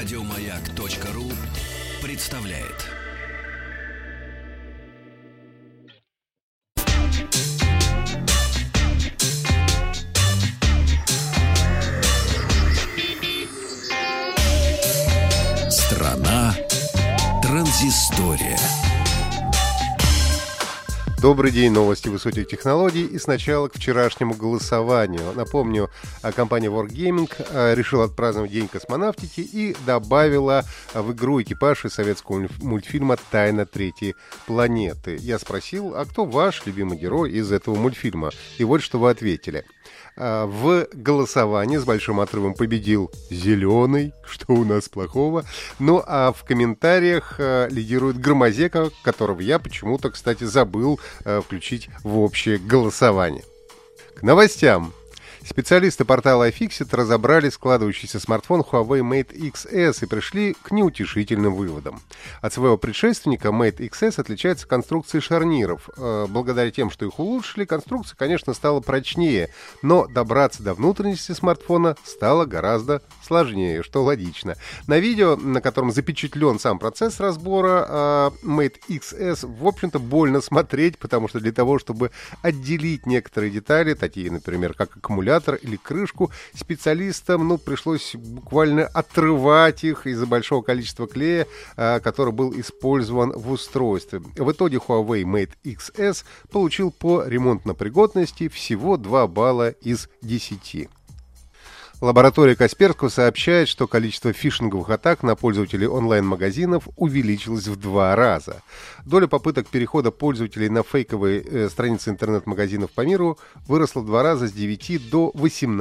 Радиомаяк.ру представляет. Страна транзистория. Добрый день, новости высоких технологий. И сначала к вчерашнему голосованию. Напомню, компания Wargaming решила отпраздновать День космонавтики и добавила в игру экипаж из советского мультфильма «Тайна третьей планеты». Я спросил, а кто ваш любимый герой из этого мультфильма? И вот что вы ответили. В голосовании с большим отрывом победил зеленый, что у нас плохого. Ну а в комментариях лидирует Громозека, которого я почему-то, кстати, забыл включить в общее голосование. К новостям. Специалисты портала iFixit разобрали складывающийся смартфон Huawei Mate XS и пришли к неутешительным выводам. От своего предшественника Mate XS отличается конструкцией шарниров. Благодаря тем, что их улучшили, конструкция, конечно, стала прочнее, но добраться до внутренности смартфона стало гораздо сложнее, что логично. На видео, на котором запечатлен сам процесс разбора Mate XS, в общем-то, больно смотреть, потому что для того, чтобы отделить некоторые детали, такие, например, как аккумулятор или крышку, специалистам пришлось буквально отрывать их из-за большого количества клея, который был использован в устройстве. В итоге Huawei Mate XS получил по ремонтно-пригодности всего 2 балла из 10. Лаборатория Касперского сообщает, что количество фишинговых атак на пользователей онлайн-магазинов увеличилось в 2 раза. Доля попыток перехода пользователей на фейковые страницы интернет-магазинов по миру выросла в 2 раза с 9 до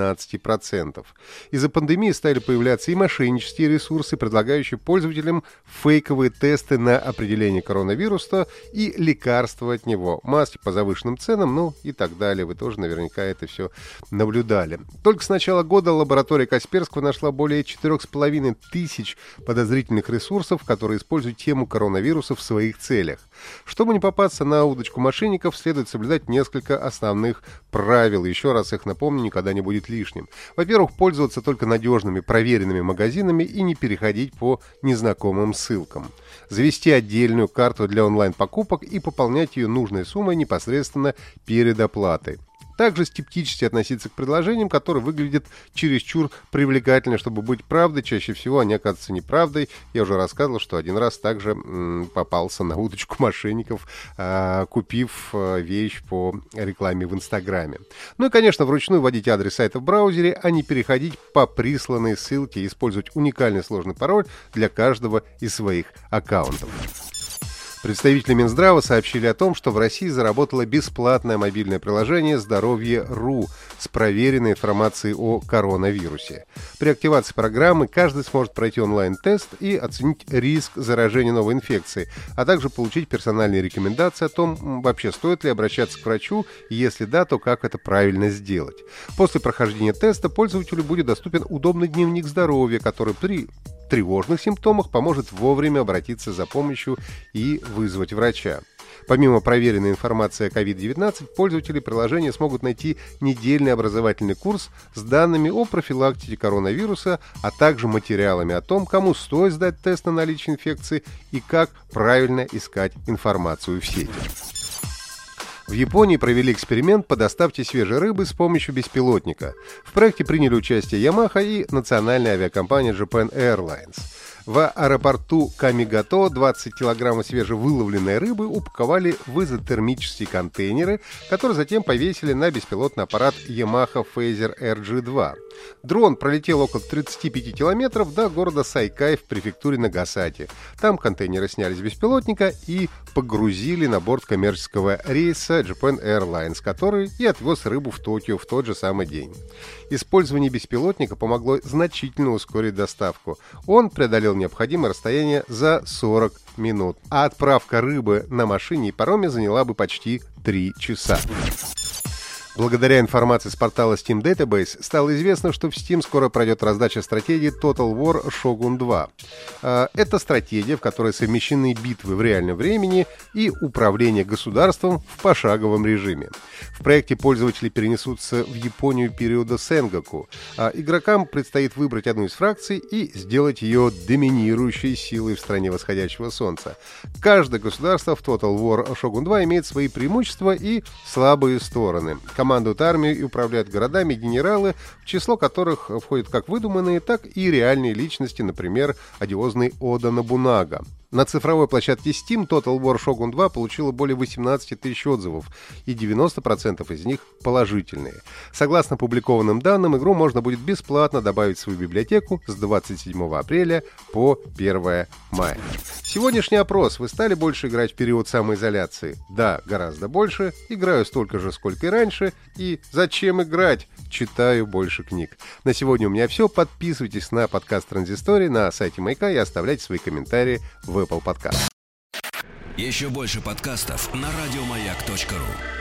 18%. Из-за пандемии стали появляться и мошеннические ресурсы, предлагающие пользователям фейковые тесты на определение коронавируса и лекарства от него, маски по завышенным ценам, и так далее. Вы тоже наверняка это все наблюдали. Только с начала года лаборатория Касперского нашла более 4,5 тысяч подозрительных ресурсов, которые используют тему коронавируса в своих целях. Чтобы не попасться на удочку мошенников, следует соблюдать несколько основных правил. Еще раз их напомню, никогда не будет лишним. Во-первых, пользоваться только надежными, проверенными магазинами и не переходить по незнакомым ссылкам. Завести отдельную карту для онлайн-покупок и пополнять ее нужной суммой непосредственно перед оплатой. Также скептически относиться к предложениям, которые выглядят чересчур привлекательно, чтобы быть правдой. Чаще всего они оказываются неправдой. Я уже рассказывал, что один раз также попался на удочку мошенников, купив вещь по рекламе в Инстаграме. Ну и, конечно, вручную вводить адрес сайта в браузере, а не переходить по присланной ссылке и использовать уникальный сложный пароль для каждого из своих аккаунтов. Представители Минздрава сообщили о том, что в России заработало бесплатное мобильное приложение «Здоровье.ру» с проверенной информацией о коронавирусе. При активации программы каждый сможет пройти онлайн-тест и оценить риск заражения новой инфекцией, а также получить персональные рекомендации о том, вообще стоит ли обращаться к врачу, и если да, то как это правильно сделать. После прохождения теста пользователю будет доступен удобный дневник здоровья, который при тревожных симптомах поможет вовремя обратиться за помощью и вызвать врача. Помимо проверенной информации о COVID-19, пользователи приложения смогут найти недельный образовательный курс с данными о профилактике коронавируса, а также материалами о том, кому стоит сдать тест на наличие инфекции и как правильно искать информацию в сети. В Японии провели эксперимент по доставке свежей рыбы с помощью беспилотника. В проекте приняли участие Yamaha и национальная авиакомпания Japan Airlines. В аэропорту Камигато 20 килограммов свежевыловленной рыбы упаковали в изотермические контейнеры, которые затем повесили на беспилотный аппарат Yamaha Phaser RG-2. Дрон пролетел около 35 километров до города Сайкай в префектуре Нагасаки. Там контейнеры сняли с беспилотника и погрузили на борт коммерческого рейса Japan Airlines, который и отвез рыбу в Токио в тот же самый день. Использование беспилотника помогло значительно ускорить доставку. Он преодолел необходимое расстояние за 40 минут, а отправка рыбы на машине и пароме заняла бы почти 3 часа. Благодаря информации с портала Steam Database стало известно, что в Steam скоро пройдет раздача стратегии Total War Shogun 2. Это стратегия, в которой совмещены битвы в реальном времени и управление государством в пошаговом режиме. В проекте пользователи перенесутся в Японию периода Сенгоку, а игрокам предстоит выбрать одну из фракций и сделать ее доминирующей силой в стране восходящего солнца. Каждое государство в Total War Shogun 2 имеет свои преимущества и слабые стороны. Командуют армией и управляют городами генералы, в число которых входят как выдуманные, так и реальные личности, например, одиозный Ода Нобунага. На цифровой площадке Steam Total War Shogun 2 получила более 18 тысяч отзывов, и 90% из них положительные. Согласно публикованным данным, игру можно будет бесплатно добавить в свою библиотеку с 27 апреля по 1 мая. Сегодняшний опрос. Вы стали больше играть в период самоизоляции? Да, гораздо больше. Играю столько же, сколько и раньше. И зачем играть? Читаю больше книг. На сегодня у меня все. Подписывайтесь на подкаст Транзистории на сайте Маяка и оставляйте свои комментарии в Apple Podcast. Еще больше подкастов на радиомаяк.ру.